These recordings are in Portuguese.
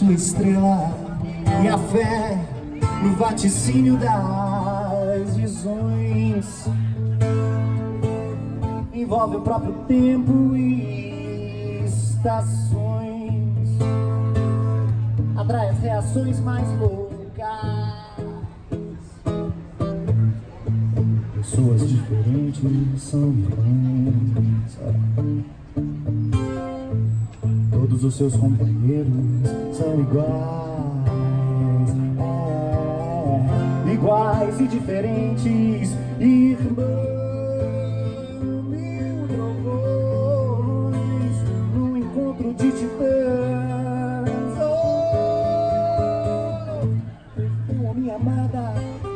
sua estrela e a fé no vaticínio das visões. Envolve o próprio tempo e estações, atrai as reações mais loucas. Pessoas diferentes são irmãs. Todos os seus companheiros são iguais e diferentes, irmãos. Mil trovões num encontro de titãs. Oh, minha amada,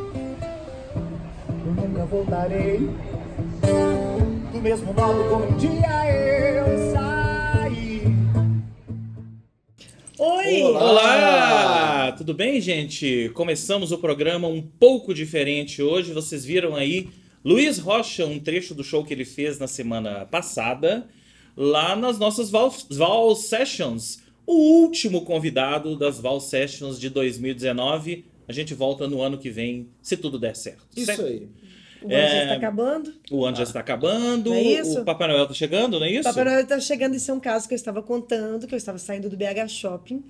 eu nunca voltarei do mesmo modo como um dia eu saí. Oi! Olá! Tudo bem, gente? Começamos o programa um pouco diferente hoje. Vocês viram aí Luiz Rocha, um trecho do show que ele fez na semana passada, lá nas nossas Val Sessions. O último convidado das Val Sessions de 2019. A gente volta no ano que vem, se tudo der certo. Isso certo? aí. O ano já está acabando. O ano já está acabando. Não é isso? O Papai Noel está chegando, não é isso? O Papai Noel está chegando. Isso é um caso que eu estava contando, que eu estava saindo do BH Shopping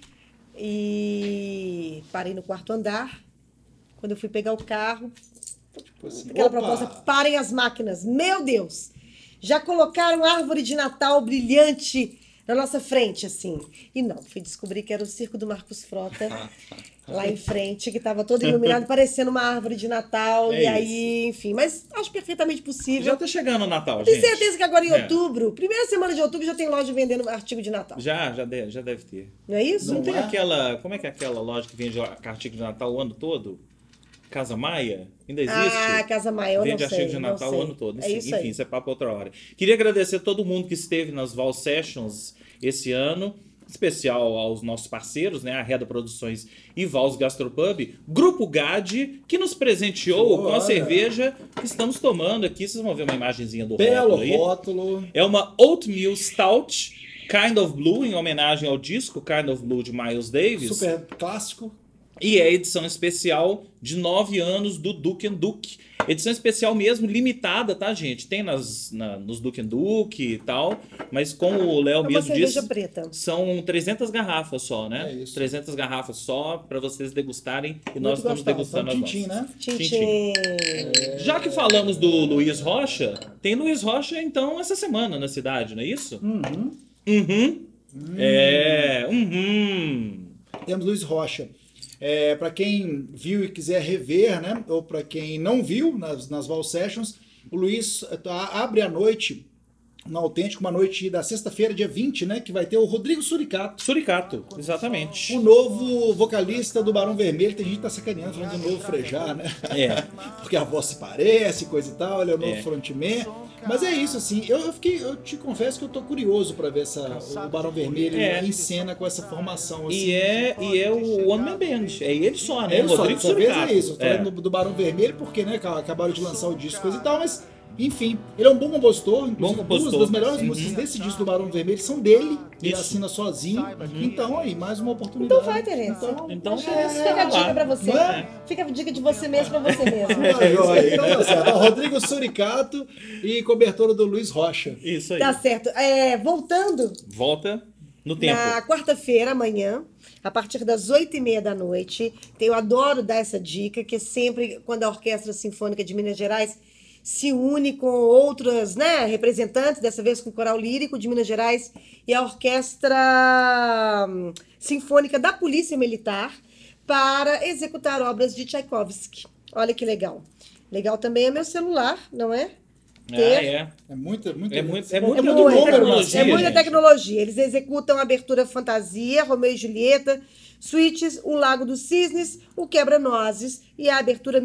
e parei no quarto andar. Quando eu fui pegar o carro, Tipo assim, aquela opa! proposta, parem as máquinas. Meu Deus! Já colocaram árvore de Natal brilhante na nossa frente, assim. E não, fui descobrir que era o circo do Marcos Frota, lá em frente, que estava todo iluminado, parecendo uma árvore de Natal. É e aí, enfim, mas acho perfeitamente possível. Já está chegando o Natal, Tenho gente. certeza que agora em É. outubro, primeira semana de outubro, já tem loja vendendo artigo de Natal. Já deve ter. Não é isso? Não tem é? aquela... Como é que é aquela loja que vende artigo de Natal o ano todo? Casa Maia? Ainda existe? Ah, Casa Maia, eu Vende não sei. artigo de Natal não o sei. ano todo. É isso Enfim, aí. isso é papo outra hora. Queria agradecer a todo mundo que esteve nas Val Sessions esse ano. Especial aos nossos parceiros, né? A Reda Produções e Vals Gastropub. Grupo GAD, que nos presenteou com a Olha. cerveja que estamos tomando aqui. Vocês vão ver uma imagenzinha do Belo rótulo aí. rótulo. É uma Oatmeal Stout Kind of Blue, em homenagem ao disco Kind of Blue de Miles Davis. Super clássico. E é a edição especial de 9 anos do Duke & Duke. Edição especial mesmo, limitada, tá, gente? Tem nos Duke & Duke e tal, mas como o Léo É uma mesmo cerveja disse, preta. são 300 garrafas só, né? É isso. 300 garrafas só para vocês degustarem e Muito nós estamos gostosa. degustando as Tintim, nossas. né? Tintim. Já que falamos do Luiz Rocha, tem Luiz Rocha então essa semana na cidade, não é isso? Uhum. Temos Luiz Rocha. Para quem viu e quiser rever, né? Ou para quem não viu nas Val Sessions, o Luiz abre a noite no Autêntico, uma noite da sexta-feira, dia 20, né? Que vai ter o Rodrigo Suricato, Suricato, exatamente. o novo vocalista do Barão Vermelho. Tem gente que tá sacaneando, falando do novo Frejá, né? É. Porque a voz se parece, coisa e tal, ele é o novo É. frontman. Mas é isso, assim, eu te confesso que eu tô curioso pra ver o Barão Vermelho em cena com essa formação, assim. E é o One Man Band, é ele só, né? Ele só, Rodrigo dessa vez Suricato. é isso, eu tô falando do Barão Vermelho porque, né, acabaram de lançar o disco, coisa e tal, mas, enfim, ele é um bom compositor, inclusive Bom compositor. duas das melhores músicas desse disco do Barão Vermelho são dele, ele Isso. assina sozinho, então aí, mais uma oportunidade. Então vai, Tereza. Então, Fica a dica pra você. Não é? Fica a dica de você mesmo pra você mesmo. Tá joia. Então tá certo, Rodrigo Suricato e cobertura do Luiz Rocha. Isso aí. Tá certo. Voltando, Volta no tempo. na quarta-feira, amanhã, a partir das 8h30 da noite, eu adoro dar essa dica, que é sempre quando a Orquestra Sinfônica de Minas Gerais se une com outras, né, representantes, dessa vez com o Coral Lírico de Minas Gerais e a Orquestra Sinfônica da Polícia Militar, para executar obras de Tchaikovsky. Olha que legal. Legal também é meu celular, não é? É Muita muita número, tecnologia. É muita gente. tecnologia. Eles executam a abertura Fantasia, Romeu e Julieta, Suítes, O Lago dos Cisnes, O Quebra-Nozes e a abertura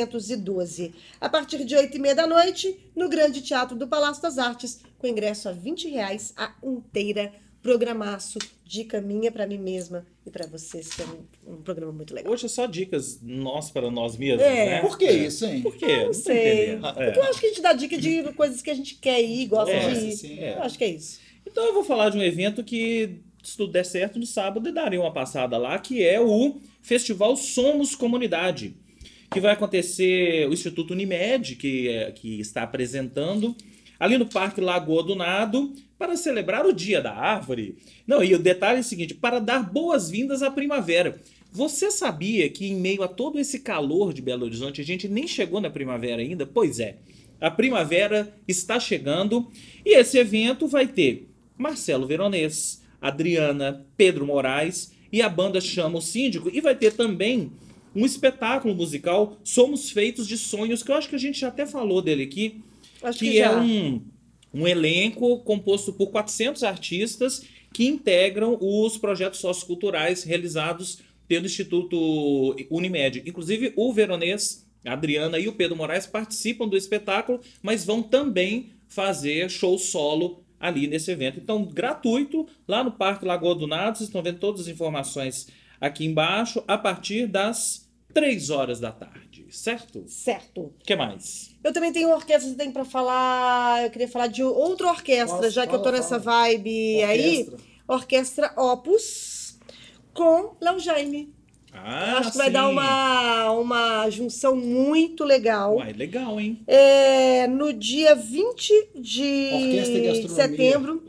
1812. A partir de 8h30 da noite, no Grande Teatro do Palácio das Artes, com ingresso a R$20 a inteira. Programaço, dica minha pra mim mesma e pra vocês, que é um programa muito legal. Hoje é só dicas para nós mesmos, É. né? Por que isso, hein? Por quê? Não sei. entendendo. Porque eu acho que a gente dá dica de coisas que a gente quer ir, gosta É, de ir. sim, Eu acho que é isso. Então eu vou falar de um evento que se tudo der certo, no sábado darei uma passada lá, que é o Festival Somos Comunidade, que vai acontecer o Instituto Unimed, que está apresentando, ali no Parque Lagoa do Nado, para celebrar o Dia da Árvore. Não, e o detalhe é o seguinte, para dar boas-vindas à primavera. Você sabia que em meio a todo esse calor de Belo Horizonte, a gente nem chegou na primavera ainda? Pois é, a primavera está chegando e esse evento vai ter Marcelo Veronês, Adriana, Pedro Moraes e a banda Chama o Síndico. E vai ter também um espetáculo musical, Somos Feitos de Sonhos, que eu acho que a gente já até falou dele aqui, Acho que que é já. um elenco composto por 400 artistas que integram os projetos socioculturais realizados pelo Instituto Unimed. Inclusive, o Veronês, a Adriana e o Pedro Moraes participam do espetáculo, mas vão também fazer show solo ali nesse evento. Então, gratuito, lá no Parque Lagoa do Nado, vocês estão vendo todas as informações aqui embaixo, a partir das 3 horas da tarde, certo? Certo. O que mais? Eu também tenho orquestra que tem pra falar. Eu queria falar de outra orquestra, Nossa, já que eu tô nessa vibe Orquestra. aí. Orquestra Opus com Léo Jaime. Acho que vai dar uma junção muito legal. Uai, legal, hein? No dia 20 Orquestra e de gastronomia. setembro.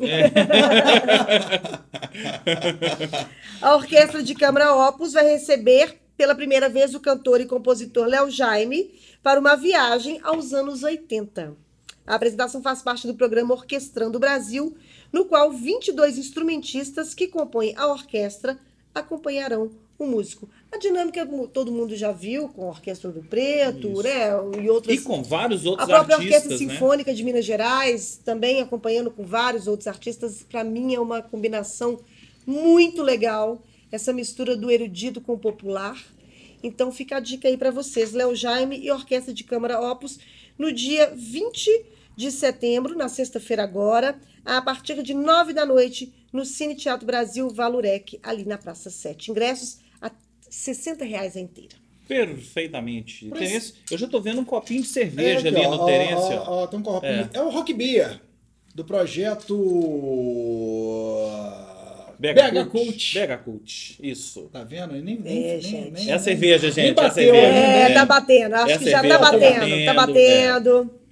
A Orquestra de Câmara Opus vai receber pela primeira vez o cantor e compositor Léo Jaime para uma viagem aos anos 80. A apresentação faz parte do programa Orquestrando Brasil, no qual 22 instrumentistas que compõem a orquestra acompanharão o músico. A dinâmica todo mundo já viu, com a Orquestra do Preto, Isso. né? E outras. E com vários outros A própria artistas, Orquestra né? Sinfônica de Minas Gerais, também acompanhando com vários outros artistas. Para mim é uma combinação muito legal, essa mistura do erudito com o popular. Então fica a dica aí para vocês, Léo Jaime e Orquestra de Câmara Opus, no dia 20 de setembro, na sexta-feira agora, a partir de 9 da noite, no Cine Teatro Brasil Valurec, ali na Praça 7. Ingressos a R$ 60 a inteira. Perfeitamente. Por Terence, eu já tô vendo um copinho de cerveja aqui, ali ó, no Terence. ó, tem um copo. É. É o Rock Beer, do projeto BH Cult. BH Cult, isso. Tá vendo? Nem, gente. É a cerveja, nem gente. É a bateu cerveja. ainda. Tá batendo, acho É a que já cerveja, tá tá batendo, tá batendo, batendo.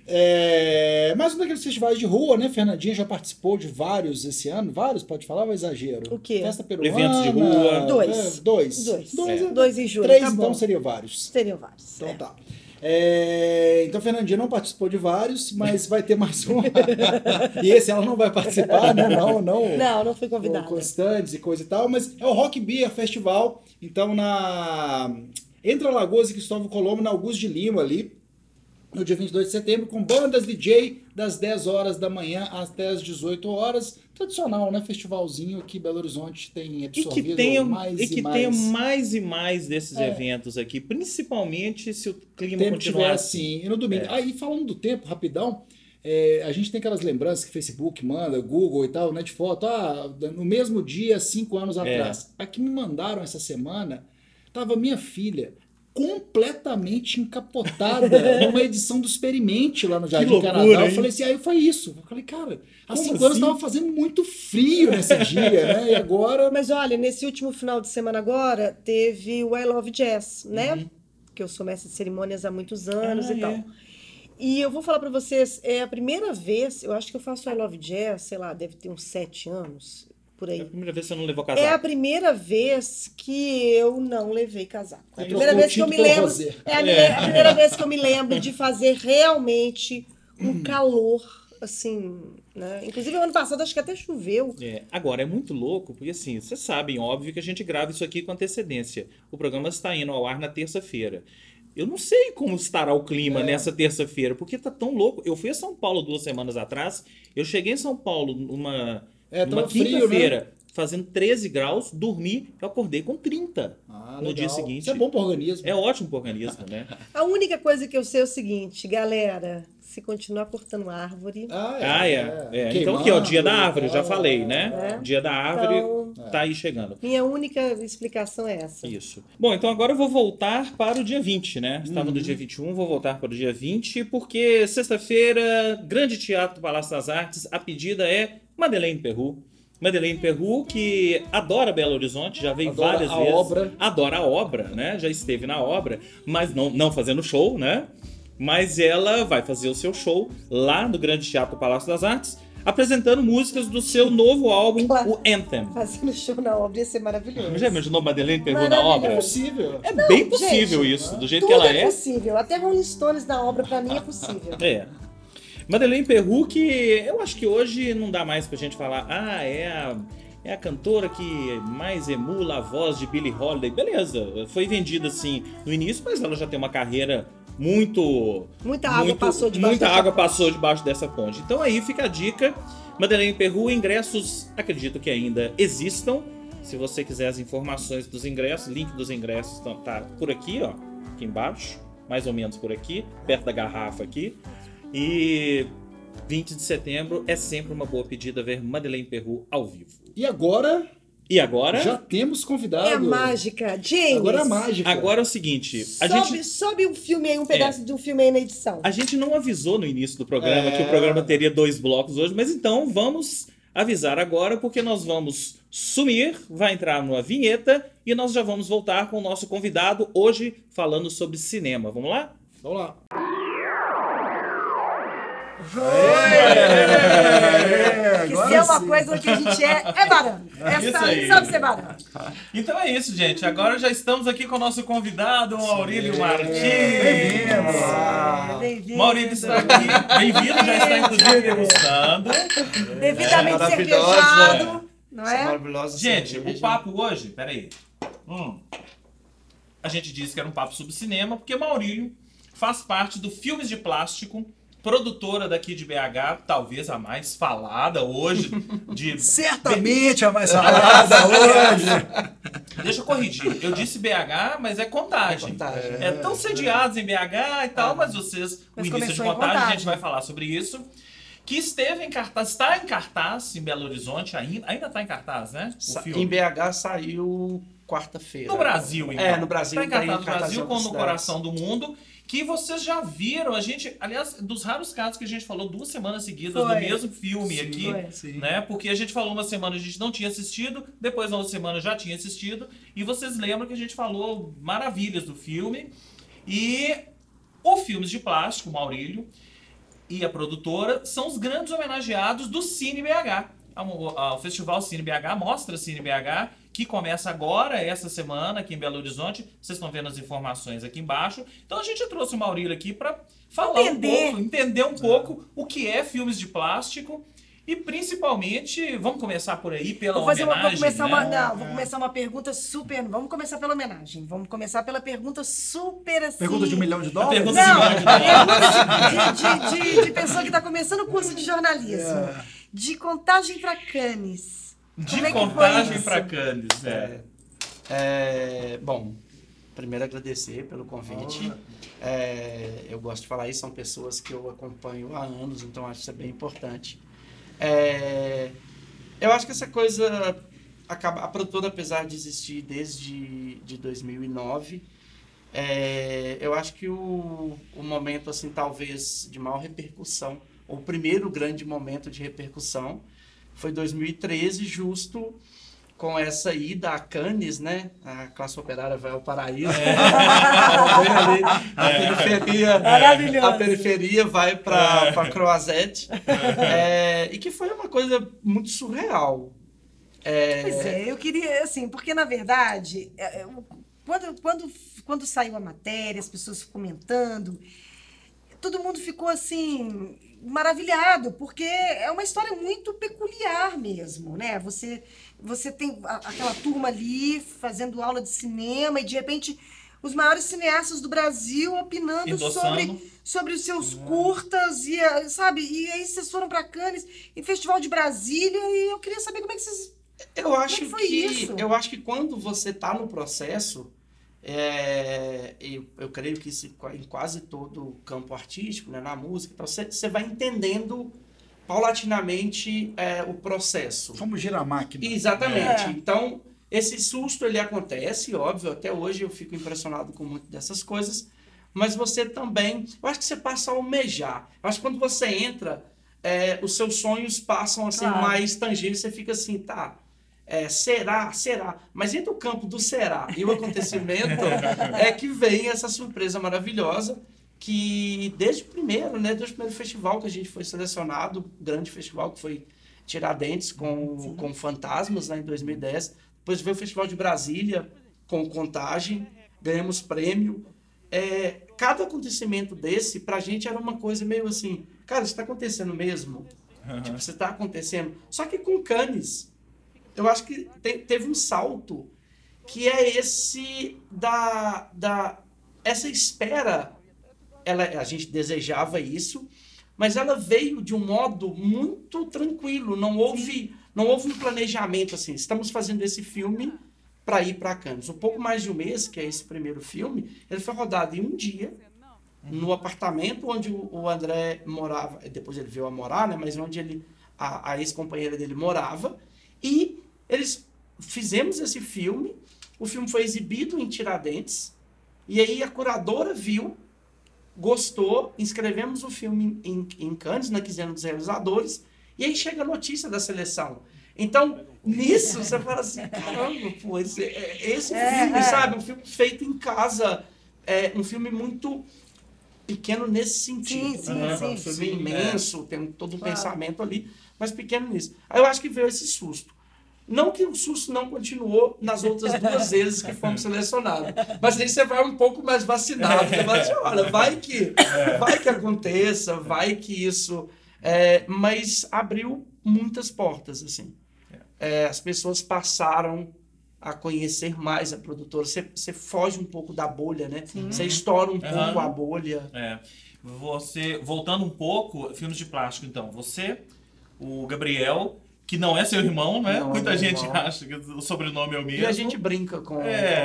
Mais um daqueles festivais de rua, né? Fernandinha já participou de vários esse ano. Vários, pode falar ou é exagero? O quê? Festa peruana. Eventos de rua. Dois. Dois. Dois em julho, 3, tá então bom. seriam vários. Seriam vários. Então é. tá. Então, Fernandinha não participou de vários, mas vai ter mais um. E esse ela não vai participar, né? Não fui convidada. Com stands e coisa e tal, mas é o Rock Beer Festival. Então, entre Alagoas e Cristóvão Colombo, na Augusto de Lima, ali, no dia 22 de setembro, com bandas DJ das 10 horas da manhã até as 18 horas. Tradicional, né? Festivalzinho que Belo Horizonte tem absorvido tenha mais mais e mais desses eventos aqui, principalmente se o clima tempo tiver continuar assim. E no domingo. Aí, falando do tempo, rapidão, a gente tem aquelas lembranças que Facebook manda, Google e tal, né, de foto. No mesmo dia, 5 anos atrás. Aqui me mandaram essa semana, tava minha filha completamente encapotada numa edição do Experimente lá no Jardim loucura, Canadá. Eu hein? falei assim, aí foi isso. Eu falei, cara, há Como 5 anos assim? tava fazendo muito frio nesse dia, né? E agora... Mas olha, nesse último final de semana agora, teve o I Love Jazz, né? Que eu sou mestre de cerimônias há muitos anos e tal. é. E eu vou falar pra vocês, é a primeira vez, eu acho que eu faço I Love Jazz, sei lá, deve ter uns 7 anos, por É a aí. primeira vez que você não levou É a casaco. primeira vez que eu não levei casaco. É a Aí primeira trocou vez que eu o me tinto pelo lembro. rosé. A primeira vez que eu me lembro de fazer realmente um calor, assim, né? Inclusive, ano passado acho que até choveu. Agora, é muito louco, porque assim, vocês sabem, óbvio que a gente grava isso aqui com antecedência. O programa está indo ao ar na terça-feira. Eu não sei como estará o clima nessa terça-feira, porque tá tão louco. Eu fui a São Paulo 2 semanas atrás, eu cheguei em São Paulo numa tava frio, quinta-feira, fazendo 13 graus, dormi, eu acordei com 30 no legal. dia seguinte. Isso é bom pro organismo. É ótimo pro organismo, né? A única coisa que eu sei é o seguinte, galera, se continuar cortando árvore... Então o que é o dia da árvore? Eu já falei, né? É. Dia da árvore Então, tá aí chegando. minha única explicação é essa. Isso. Bom, então agora eu vou voltar para o dia 20, né? Estava no dia 21, vou voltar para o dia 20, porque sexta-feira, Grande Teatro do Palácio das Artes, a pedida é Madeleine Peru. Madeleine Perrot, que adora Belo Horizonte, já veio Adora várias a vezes. obra. Adora a obra, né? Já esteve na obra, mas não fazendo show, né? Mas ela vai fazer o seu show lá no Grande Teatro Palácio das Artes, apresentando músicas do seu novo álbum, Claro. o Anthem. Fazendo show na obra ia ser maravilhoso. Já imaginou Madeleine Perrot na Maravilhoso. obra? É possível. É bem possível gente, isso, do jeito Tudo que ela é é. possível. Até Rolling Stones na obra, pra mim, é possível. É. Madeleine Perrot, que eu acho que hoje não dá mais pra gente falar, é a cantora que mais emula a voz de Billie Holiday. Beleza, foi vendida assim no início, mas ela já tem uma carreira Muita água passou debaixo Muita dessa água ponte. passou debaixo dessa ponte. Então aí fica a dica. Madeleine Perrot, ingressos, acredito que ainda existam. Se você quiser as informações dos ingressos, link dos ingressos tá por aqui, ó, aqui embaixo, mais ou menos por aqui, perto da garrafa aqui. E 20 de setembro é sempre uma boa pedida ver Madeleine Perrot ao vivo. E agora, E agora? já temos convidado. É a mágica. James, Agora é a mágica. Agora é o seguinte, sobe um filme aí, um pedaço de um filme aí na edição. a gente não avisou no início do programa que o programa teria 2 blocos hoje, mas então vamos avisar agora, porque nós vamos sumir, vai entrar numa vinheta e nós já vamos voltar com o nosso convidado hoje falando sobre cinema. Vamos lá? Vamos lá. Que se é uma coisa que a gente é baranga. Isso Essa aí. sabe ser baranga. Então é isso, gente. Agora já estamos aqui com o nosso convidado, Maurílio Martins. Bem-vindo. Maurílio está aqui. Bem-vindo, já está inclusive degustando. Devidamente maravilhosa. cervejado, não Essa é? maravilhosa Gente, cerveja. o papo hoje, peraí. A gente disse que era um papo sobre cinema, porque Maurílio faz parte do Filmes de Plástico, produtora daqui de BH, talvez a mais falada hoje. Certamente a mais falada hoje. Deixa eu corrigir. Eu disse BH, mas é Contagem. Contagem. Tão sediados em BH e tal, mas vocês, o Mas início de começou em Contagem, a Contagem. gente vai falar sobre isso. Que esteve em cartaz, está em cartaz em Belo Horizonte, ainda está em cartaz, né? O filme. Em BH saiu quarta-feira. No Brasil, então. No Brasil. Está em cartaz no Brasil, em como outras no coração do mundo. Que vocês já viram, a gente, aliás, dos raros casos que a gente falou 2 semanas seguidas do Foi. mesmo filme aqui, Foi. né? Porque a gente falou uma semana a gente não tinha assistido, depois na outra semana já tinha assistido, e vocês lembram que a gente falou maravilhas do filme. E o Filmes de Plástico, o Maurílio e a produtora são os grandes homenageados do Cine BH. O Festival Cine BH, Mostra Cine BH, que começa agora, essa semana, aqui em Belo Horizonte. Vocês estão vendo as informações aqui embaixo. Então a gente trouxe o Maurílio aqui para falar entender um pouco o que é filmes de plástico e principalmente, vamos começar por aí pela homenagem, Vou começar uma pergunta super. Vamos começar pela homenagem. Vamos começar pela pergunta super assim. Pergunta de $1 milhão. A pergunta Não, seguinte, de pessoa que está começando o curso de jornalismo. De Contagem para Cannes. de Como é que foi Contagem isso? para Cannes, Bom, primeiro agradecer pelo convite. Eu gosto de falar isso, são pessoas que eu acompanho há anos, então acho que isso é bem importante. Eu acho que essa coisa acaba, a produtora, apesar de existir desde de 2009, eu acho que o momento assim talvez de maior repercussão, o primeiro grande momento de repercussão foi 2013, justo com essa ida a Cannes, né? A classe operária vai ao paraíso. A periferia vai para Croisette. E que foi uma coisa muito surreal. Pois é, eu queria, assim, porque na verdade, quando saiu a matéria, as pessoas comentando, todo mundo ficou assim, maravilhado, porque é uma história muito peculiar mesmo, né? Você tem aquela turma ali fazendo aula de cinema e de repente os maiores cineastas do Brasil opinando sobre os seus curtas e, sabe? E aí vocês foram para Cannes, em Festival de Brasília, e eu queria saber como é que vocês... Eu acho foi isso? Eu acho que quando você está no processo, eu creio que isso em quase todo o campo artístico, né, na música, então você vai entendendo paulatinamente o processo. Vamos girar a máquina. Exatamente. Então, esse susto ele acontece, óbvio, até hoje eu fico impressionado com muitas dessas coisas, mas você também, eu acho que você passa a almejar. Eu acho que quando você entra os seus sonhos passam a ser Claro. mais tangíveis, você fica assim, tá, será? Mas entre o campo do será e o acontecimento é que vem essa surpresa maravilhosa, que desde o primeiro festival que a gente foi selecionado, o grande festival que foi Tiradentes com Fantasmas, lá em 2010, depois veio o Festival de Brasília com Contagem, ganhamos prêmio. Cada acontecimento desse, pra gente, era uma coisa meio assim, cara, isso tá acontecendo mesmo? Tipo, isso tá acontecendo. Só que com Cannes, eu acho que teve um salto que é esse essa espera. A gente desejava isso, mas ela veio de um modo muito tranquilo, não houve um planejamento assim, estamos fazendo esse filme para ir para Cannes. Um pouco mais de um mês, que é esse primeiro filme, ele foi rodado em um dia, no apartamento onde o André morava, depois ele veio a morar, né, mas onde a ex-companheira dele morava, e eles fizemos esse filme, o filme foi exibido em Tiradentes, e aí a curadora viu, gostou, inscrevemos o filme em Cannes, na quinzena dos realizadores, e aí chega a notícia da seleção. Então, nisso, você fala assim, caramba, pô, esse filme, sabe? Um filme feito em casa, um filme muito pequeno nesse sentido. Sim. Um filme imenso, tem todo um pensamento ali, mas pequeno nisso. Aí eu acho que veio esse susto. Não que o susto não continuou nas outras 2 vezes que fomos selecionados. Mas aí você vai um pouco mais vacinado. Você fala assim, olha, vai que aconteça, vai que isso... mas abriu muitas portas, assim. As pessoas passaram a conhecer mais a produtora. Você foge um pouco da bolha, né? Você estoura um pouco a bolha. Você, voltando um pouco, filmes de plástico, então. Você, o Gabriel... que não é seu irmão, né? Não, Muita é meu gente irmão. acha que o sobrenome é o mesmo. E a gente brinca com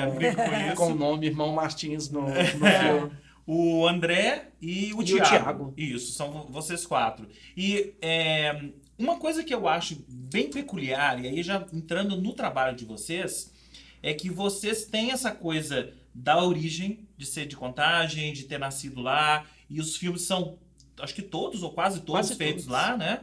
o nome Irmão Martins no filme. O André e o E o Thiago. Thiago. Isso, são vocês 4. E uma coisa que eu acho bem peculiar, e aí já entrando no trabalho de vocês, é que vocês têm essa coisa da origem, de ser de Contagem, de ter nascido lá, e os filmes são, acho que todos ou quase todos feitos lá, né?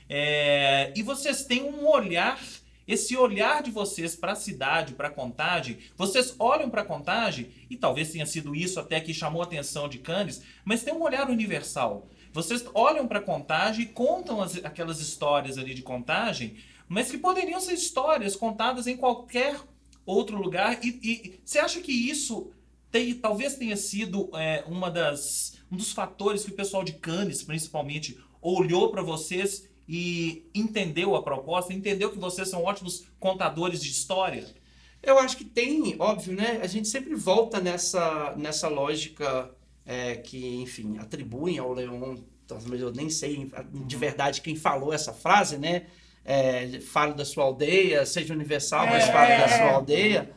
E vocês têm um olhar, esse olhar de vocês para a cidade, para Contagem, vocês olham para Contagem, e talvez tenha sido isso até que chamou a atenção de Cannes, mas tem um olhar universal. Vocês olham para Contagem e contam aquelas histórias ali de Contagem, mas que poderiam ser histórias contadas em qualquer outro lugar, e você acha que isso talvez tenha sido um dos fatores que o pessoal de Cannes, principalmente, olhou para vocês e entendeu a proposta, entendeu que vocês são ótimos contadores de história? Eu acho que tem, óbvio, né? A gente sempre volta nessa lógica que, enfim, atribuem ao Leon, talvez eu nem sei de verdade quem falou essa frase, né? Fale da sua aldeia, seja universal, mas fale da sua aldeia.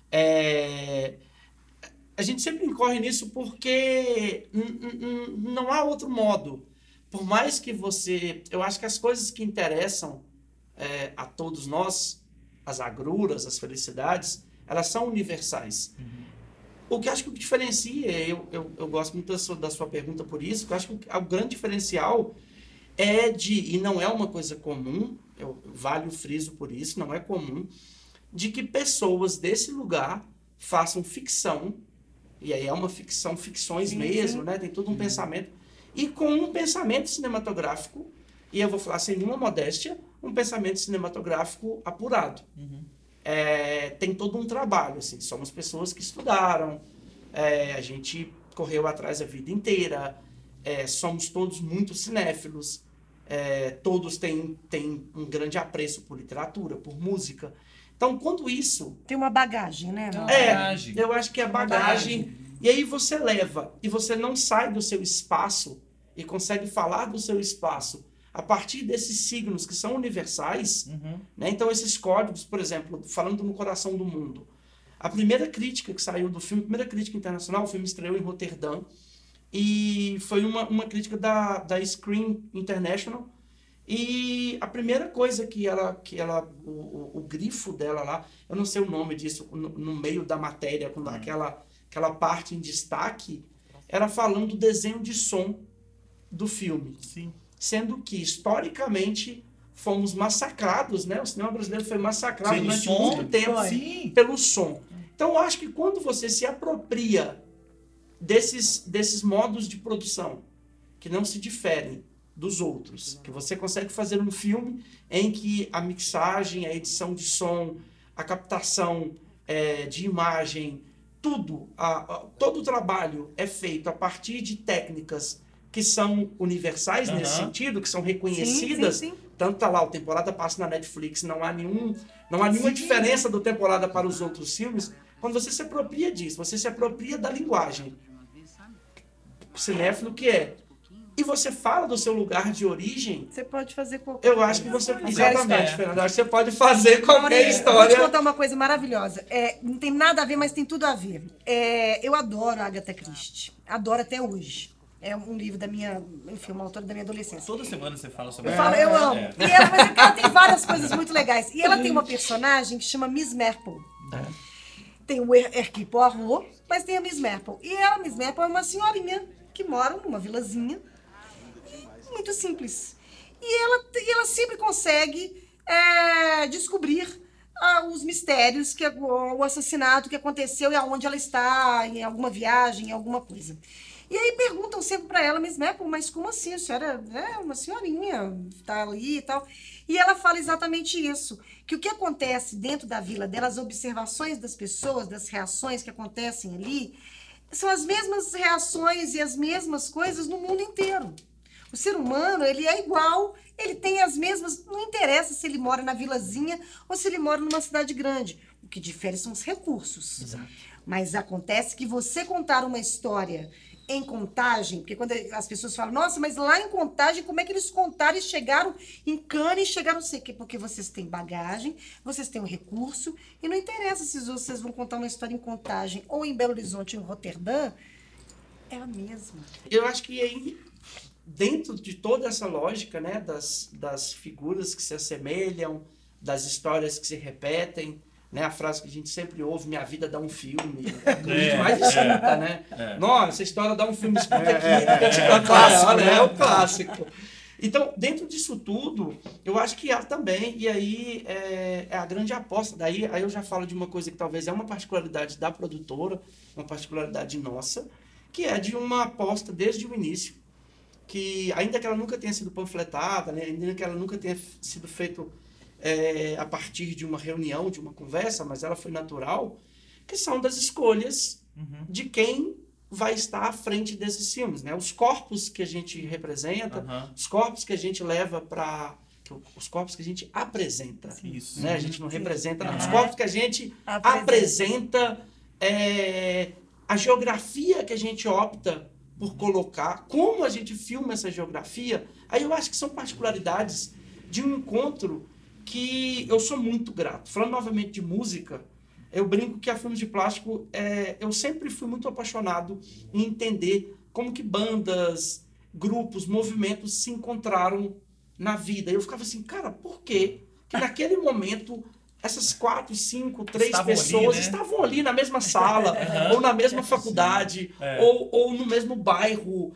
A gente sempre incorre nisso porque não há outro modo. Por mais que eu acho que as coisas que interessam a todos nós, as agruras, as felicidades, elas são universais. O que acho que diferencia, eu gosto muito da sua pergunta por isso, que eu acho que o grande diferencial e não é uma coisa comum, eu vale o friso por isso, não é comum, de que pessoas desse lugar façam ficção, e aí é uma ficção, ficções mesmo, né? Tem todo um pensamento, e com um pensamento cinematográfico, e eu vou falar sem nenhuma modéstia, um pensamento cinematográfico apurado. Tem todo um trabalho, assim, somos pessoas que estudaram, a gente correu atrás a vida inteira, somos todos muito cinéfilos, todos têm um grande apreço por literatura, por música. Então, quando isso... Tem uma bagagem, né? Eu acho que é bagagem. E aí você leva, e você não sai do seu espaço e consegue falar do seu espaço a partir desses signos que são universais, né? Então esses códigos, por exemplo, falando no Coração do Mundo, a primeira crítica que saiu do filme, a primeira crítica internacional, o filme estreou em Roterdã, e foi uma crítica da Screen International, e a primeira coisa que o grifo dela lá, eu não sei o nome disso, no meio da matéria, quando aquela parte em destaque, era falando do desenho de som do filme. Sim. sendo que, historicamente, fomos massacrados, né? O cinema brasileiro foi massacrado Pelo durante som, muito tempo Sim. pelo som. Então, eu acho que quando você se apropria desses modos de produção que não se diferem dos outros, que você consegue fazer um filme em que a mixagem, a edição de som, a captação de imagem, tudo, todo o trabalho é feito a partir de técnicas que são universais nesse sentido, que são reconhecidas. Sim. Tanto tá lá, o Temporada passa na Netflix, não há nenhuma diferença do Temporada para os outros filmes. Quando você se apropria disso, você se apropria da linguagem. O cinéfilo que é. E você fala do seu lugar de origem, Você pode fazer qualquer eu acho que você... Qualquer Exatamente, história. Fernando. Eu acho que você pode fazer qualquer Maurício, Vou te história. contar uma coisa maravilhosa. Não tem nada a ver, mas tem tudo a ver. Eu adoro a Agatha Christie. Adoro até hoje. É um livro da minha... Enfim, uma autora da minha adolescência. Toda semana você fala sobre Eu amo. É. E ela tem várias coisas muito legais. E ela tem uma personagem que chama Miss Marple. Tem o Hercule Poirot, mas tem a Miss Marple. E Miss Marple, é uma senhorinha que mora numa vilazinha. Muito simples. E ela sempre consegue descobrir os mistérios, o assassinato que aconteceu e aonde ela está, em alguma viagem, em alguma coisa. E aí perguntam sempre para ela, Miss Marple, mas como assim? A senhora é uma senhorinha, está ali e tal. E ela fala exatamente isso, que o que acontece dentro da vila dela, as observações das pessoas, das reações que acontecem ali, são as mesmas reações e as mesmas coisas no mundo inteiro. O ser humano, ele é igual, ele tem as mesmas... Não interessa se ele mora na vilazinha ou se ele mora numa cidade grande. O que difere são os recursos. Exato. Mas acontece que você contar uma história em Contagem, porque quando as pessoas falam, nossa, mas lá em Contagem, como é que eles contaram e chegaram em Cannes e chegaram não sei o quê? Porque vocês têm bagagem, vocês têm um recurso, e não interessa se vocês vão contar uma história em Contagem ou em Belo Horizonte, em Roterdã, é a mesma. Eu acho que aí, dentro de toda essa lógica, né, das figuras que se assemelham, das histórias que se repetem, né, a frase que a gente sempre ouve, minha vida dá um filme, é o que a gente mais escuta, né? Nossa, essa história dá um filme, escuta aqui, é o clássico. Então, dentro disso tudo, eu acho que há também, e aí é a grande aposta, aí eu já falo de uma coisa que talvez é uma particularidade da produtora, uma particularidade nossa, que é de uma aposta desde o início, que ainda que ela nunca tenha sido panfletada, né, ainda que ela nunca tenha sido feito a partir de uma reunião, de uma conversa, mas ela foi natural, que são das escolhas de quem vai estar à frente desses filmes, né? Os corpos que a gente representa, os corpos que a gente leva para... Os corpos que a gente apresenta. Isso. Né? A gente não representa, não. Os corpos que a gente apresenta, a geografia que a gente opta por colocar, como a gente filma essa geografia, aí eu acho que são particularidades de um encontro que eu sou muito grato. Falando novamente de música, eu brinco que a Filmes de Plástico, eu sempre fui muito apaixonado em entender como que bandas, grupos, movimentos se encontraram na vida. Eu ficava assim, cara, por quê que naquele momento essas 4, 5, 3 pessoas estavam ali na mesma sala, ou na mesma faculdade, ou no mesmo bairro.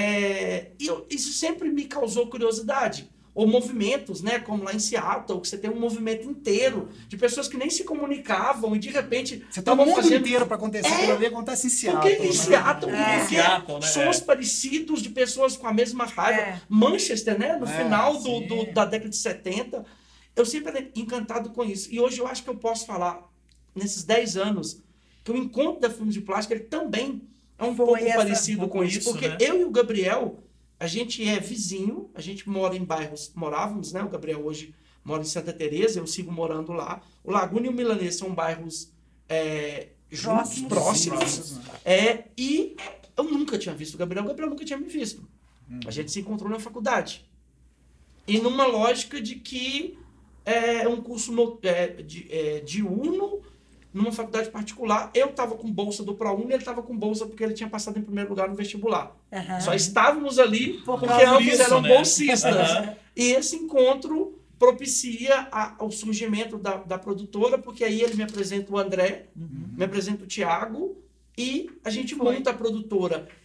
Isso sempre me causou curiosidade. Ou movimentos, né, como lá em Seattle, que você tem um movimento inteiro de pessoas que nem se comunicavam e de repente Você tem um mundo inteiro para acontecer, aquilo ali acontece em Seattle. Porque em Seattle, Seattle, né? sons parecidos de pessoas com a mesma raiva. Manchester, né, no final da década de 70, eu sempre era encantado com isso. E hoje eu acho que eu posso falar, nesses 10 anos, que o encontro da Filmes de Plástico ele também é um pouco parecido com isso. Porque né? Eu e o Gabriel, a gente é vizinho, a gente mora em bairros, morávamos, né? O Gabriel hoje mora em Santa Teresa, eu sigo morando lá. O Laguna e o Milanês são bairros próximos. E eu nunca tinha visto o Gabriel nunca tinha me visto. A gente se encontrou na faculdade. E numa lógica de que é um curso diurno, numa faculdade particular. Eu estava com bolsa do ProUni, ele estava com bolsa porque ele tinha passado em primeiro lugar no vestibular. Só estávamos ali porque ambos eram bolsistas. E esse encontro propicia o surgimento da produtora, porque aí ele me apresenta o André, me apresenta o Thiago, e a gente monta a produtora.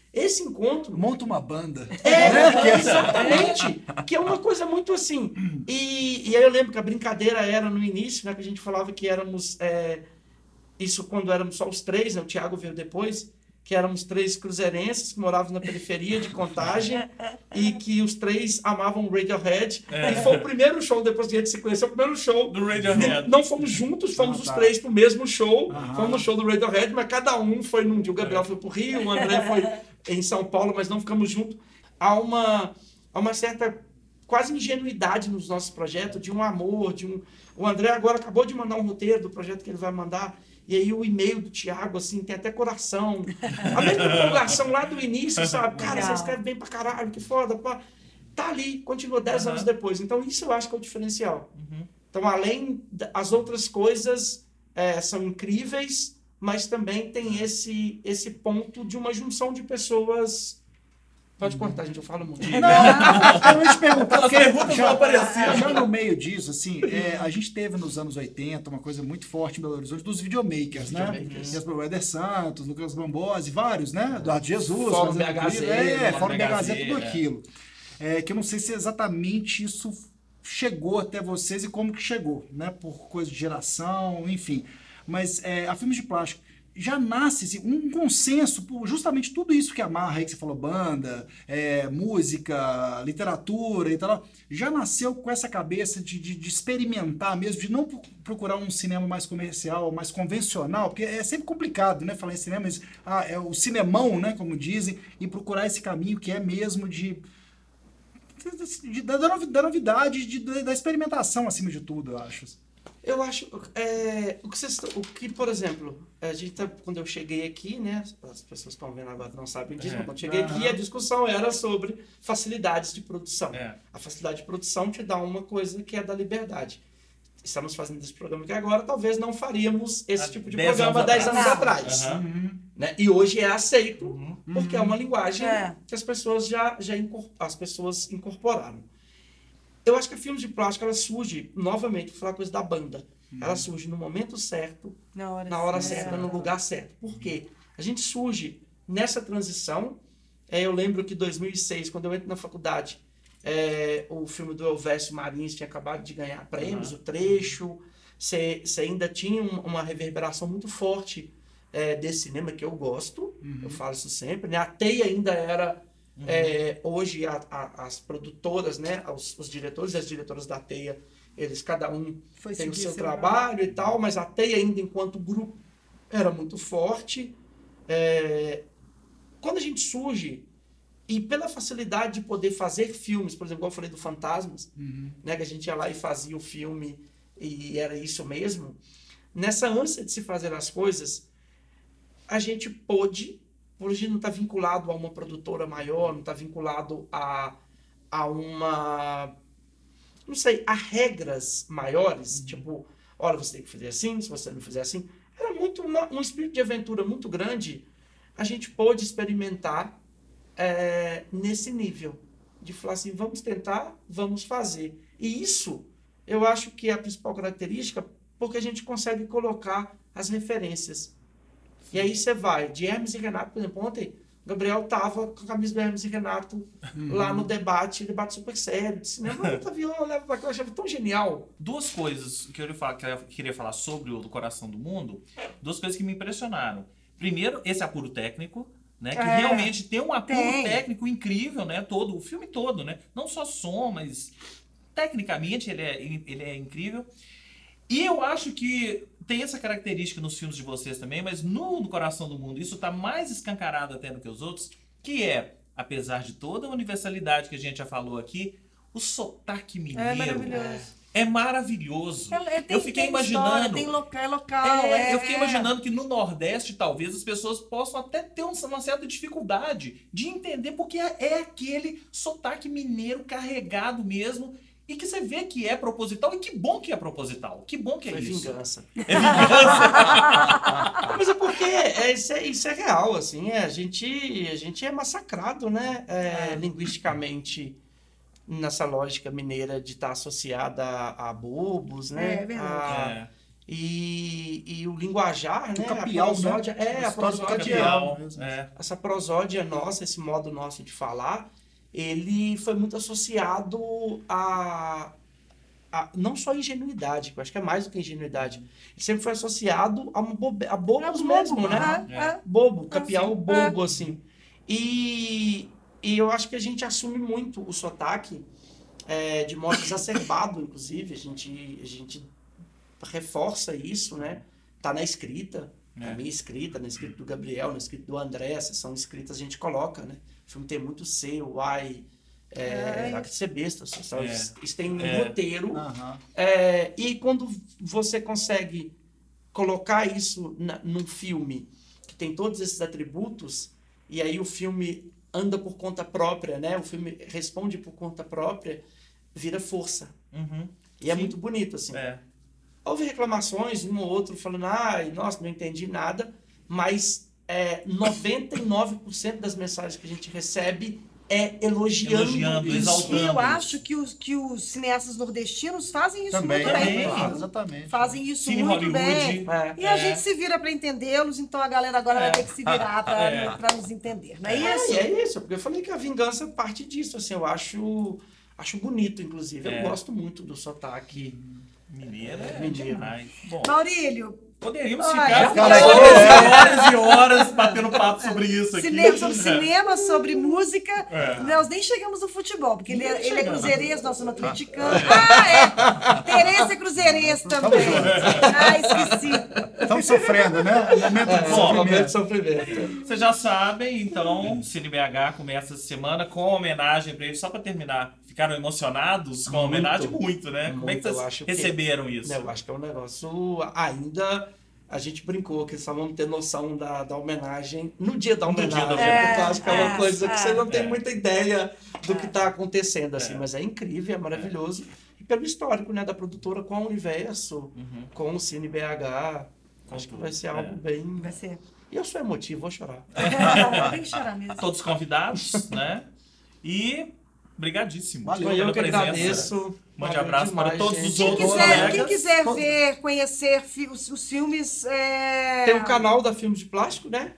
esse encontro... Monta uma banda. Exatamente. Que é uma coisa muito assim. E aí eu lembro que a brincadeira era no início, né? Que a gente falava que éramos... isso quando éramos só os 3, né? O Thiago veio depois. Que éramos 3 cruzeirenses que moravam na periferia de Contagem e que os 3 amavam o Radiohead. E foi o primeiro show, depois que a gente se conheceu, o primeiro show Do Radiohead. Não fomos juntos, fomos os 3 pro mesmo show. Fomos no show do Radiohead, mas cada um foi num dia. O Gabriel foi pro Rio, o André foi em São Paulo, mas não ficamos juntos. Há uma certa quase ingenuidade nos nossos projetos, de um amor, O André agora acabou de mandar um roteiro do projeto que ele vai mandar. E aí o e-mail do Thiago, assim, tem até coração. A mesma empolgação lá do início, sabe? Cara, você escreve bem pra caralho, que foda, pá. Tá ali, continua 10 anos depois. Então isso eu acho que é o diferencial. Então, além das outras coisas são incríveis, mas também tem esse ponto de uma junção de pessoas... Pode cortar, gente, eu falo muito. Não, eu ia te perguntar, porque As perguntas vão aparecer. já no meio disso, assim, a gente teve nos anos 80 uma coisa muito forte em Belo Horizonte dos videomakers, né? O Éder Santos, Lucas Bambosi, vários, né? Eduardo Jesus. Fórum BHZ. Fórum BHZ, tudo é. aquilo. Que eu não sei se exatamente isso chegou até vocês e como que chegou, né? Por coisa de geração, enfim. Mas a Filmes de Plástico, já nasce assim, um consenso por justamente tudo isso que amarra aí, que você falou, banda, música, literatura e tal, já nasceu com essa cabeça de experimentar mesmo, de não procurar um cinema mais comercial, mais convencional, porque é sempre complicado, né, falar em cinema, mas é o cinemão, né, como dizem, e procurar esse caminho que é mesmo da novidade, da experimentação acima de tudo, eu acho. Eu acho o que, por exemplo, quando eu cheguei aqui, né, as pessoas que estão vendo agora não sabem disso, mas quando eu cheguei aqui, a discussão era sobre facilidades de produção. A facilidade de produção te dá uma coisa que é da liberdade. Estamos fazendo esse programa aqui agora, talvez não faríamos esse tipo de programa 10 anos atrás. Né? E hoje é aceito, porque é uma linguagem que as pessoas as pessoas incorporaram. Eu acho que a Filmes de Plástico, ela surge, novamente, vou falar coisa da banda, ela surge no momento certo, na hora certa, no lugar certo. Por quê? A gente surge nessa transição. Eu lembro que em 2006, quando eu entro na faculdade, o filme do Elvésio Marins tinha acabado de ganhar prêmios, o Trecho, você ainda tinha uma reverberação muito forte desse cinema que eu gosto, eu falo isso sempre, né? A Teia ainda era... hoje as produtoras, né, os diretores e as diretoras da Teia, eles cada um tem o seu trabalho e tal, mas a Teia ainda enquanto grupo era muito forte. Quando a gente surge, e pela facilidade de poder fazer filmes, por exemplo, igual eu falei do Fantasmas, né, que a gente ia lá e fazia o filme e era isso mesmo, nessa ânsia de se fazer as coisas, a gente pôde... Hoje não está vinculado a uma produtora maior, não está vinculado a uma... Não sei, a regras maiores. Tipo, olha, você tem que fazer assim, se você não fizer assim. Era muito um espírito de aventura muito grande. A gente pôde experimentar nesse nível. De falar assim, vamos tentar, vamos fazer. E isso, eu acho que é a principal característica, porque a gente consegue colocar as referências. E aí você vai, de Hermes e Renato, por exemplo, ontem, o Gabriel tava com a camisa do Hermes e Renato lá no debate super sério, de cinema, eu achava tão genial. Duas coisas que eu queria falar sobre o Do Coração do Mundo, duas coisas que me impressionaram. Primeiro, esse apuro técnico, né, que realmente tem um apuro técnico incrível, né, o filme todo, né, não só som, mas tecnicamente ele é incrível. E eu acho que tem essa característica nos filmes de vocês também, mas no Coração do Mundo isso está mais escancarado até do que os outros, que apesar de toda a universalidade que a gente já falou aqui, o sotaque mineiro é maravilhoso. Eu fiquei imaginando... Tem local. Eu fiquei imaginando que no Nordeste, talvez, as pessoas possam até ter uma certa dificuldade de entender, porque é aquele sotaque mineiro carregado mesmo, e que você vê que é proposital, e que bom que é proposital. Que bom que é isso. Vingança. É vingança. Mas é porque isso é real, assim. A gente é massacrado, né? Linguisticamente, nessa lógica mineira de estar associada a bulbos, né? É verdade. E o linguajar, né? Capial, a prosódia, né? a prosódia, Capial, essa prosódia nossa, esse modo nosso de falar, ele foi muito associado a não só ingenuidade, que eu acho que é mais do que ingenuidade. Ele sempre foi associado a bobos mesmo, né? Bobo, capial bobo, assim. E eu acho que a gente assume muito o sotaque de modo exacerbado, inclusive. A gente reforça isso, né? Tá na escrita, na minha escrita, na escrita do Gabriel, na escrita do André, essas são escritas a gente coloca, né? O filme tem muito C, o Y, ser besta, isso tem um roteiro. E quando você consegue colocar isso num filme que tem todos esses atributos, e aí o filme anda por conta própria, né? O filme responde por conta própria, vira força. E é muito bonito, assim. Houve reclamações, um ou outro falando, nossa, não entendi nada, mas 99% das mensagens que a gente recebe elogiando exaltando. E eu acho que os cineastas nordestinos fazem isso Também, muito bem. exatamente. Fazem isso Cine muito Hollywood. bem. E a gente se vira para entendê-los, então a galera agora vai ter que se virar para nos entender. Não é isso? É isso, porque eu falei que a vingança parte disso, assim, eu acho bonito, inclusive. Eu gosto muito do sotaque mineiro. Demais. Bom, Maurílio, poderíamos olha, ficar horas e horas batendo papo sobre isso aqui. sobre cinema, sobre música. Nós nem chegamos no futebol, porque ele é cruzeirense, nós somos atleticanos. Tereza é cruzeirense também. Esqueci. Estamos sofrendo, né? Momento de sofrimento. Vocês já sabem, então, Cine BH começa essa semana com homenagem para eles. Só para terminar, ficaram emocionados com a homenagem? Muito, né? Como é que vocês receberam isso? Eu acho que é um negócio ainda... A gente brincou que só vamos ter noção da homenagem no dia da homenagem. Porque eu acho que é uma coisa que você não tem muita ideia do que está acontecendo, assim. Mas é incrível, é maravilhoso. E pelo histórico, né, da produtora com o Universo, com o Cine BH. Acho que vai ser algo bem... Vai ser. E eu sou emotivo, vou chorar. Tem que chorar mesmo. Todos convidados, né? E... Brigadíssimo. Valeu, eu que agradeço. Mande abraço para todos os Quem outros quiser ver, conhecer os filmes... Tem o canal da Filmes de Plástico, né?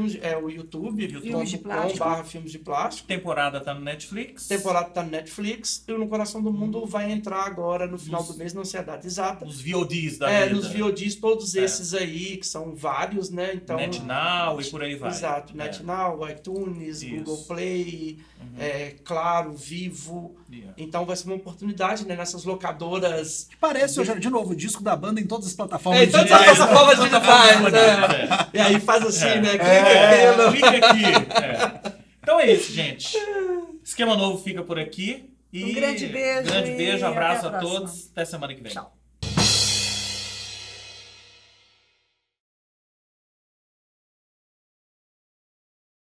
O YouTube, Filmes de Plástico. Filmes de Plástico. Temporada tá no Netflix. Temporada tá no Netflix. E o No Coração do Mundo vai entrar agora no final do mês, não sei a data exata. Nos VODs da vida. Nos VODs, todos esses aí, que são vários, né? Então, NetNow e por aí vai. Exato. NetNow, iTunes, Google Play, Claro, Vivo. Então vai ser uma oportunidade, né? Nessas locadoras. Parece, de novo, o disco da banda em todas as plataformas. Em todas as plataformas digitais, né? E aí faz assim, né? Clica aqui. Então é isso, gente. Esquema Novo fica por aqui. E Um grande beijo. Abraço a todos. Até semana que vem. Tchau.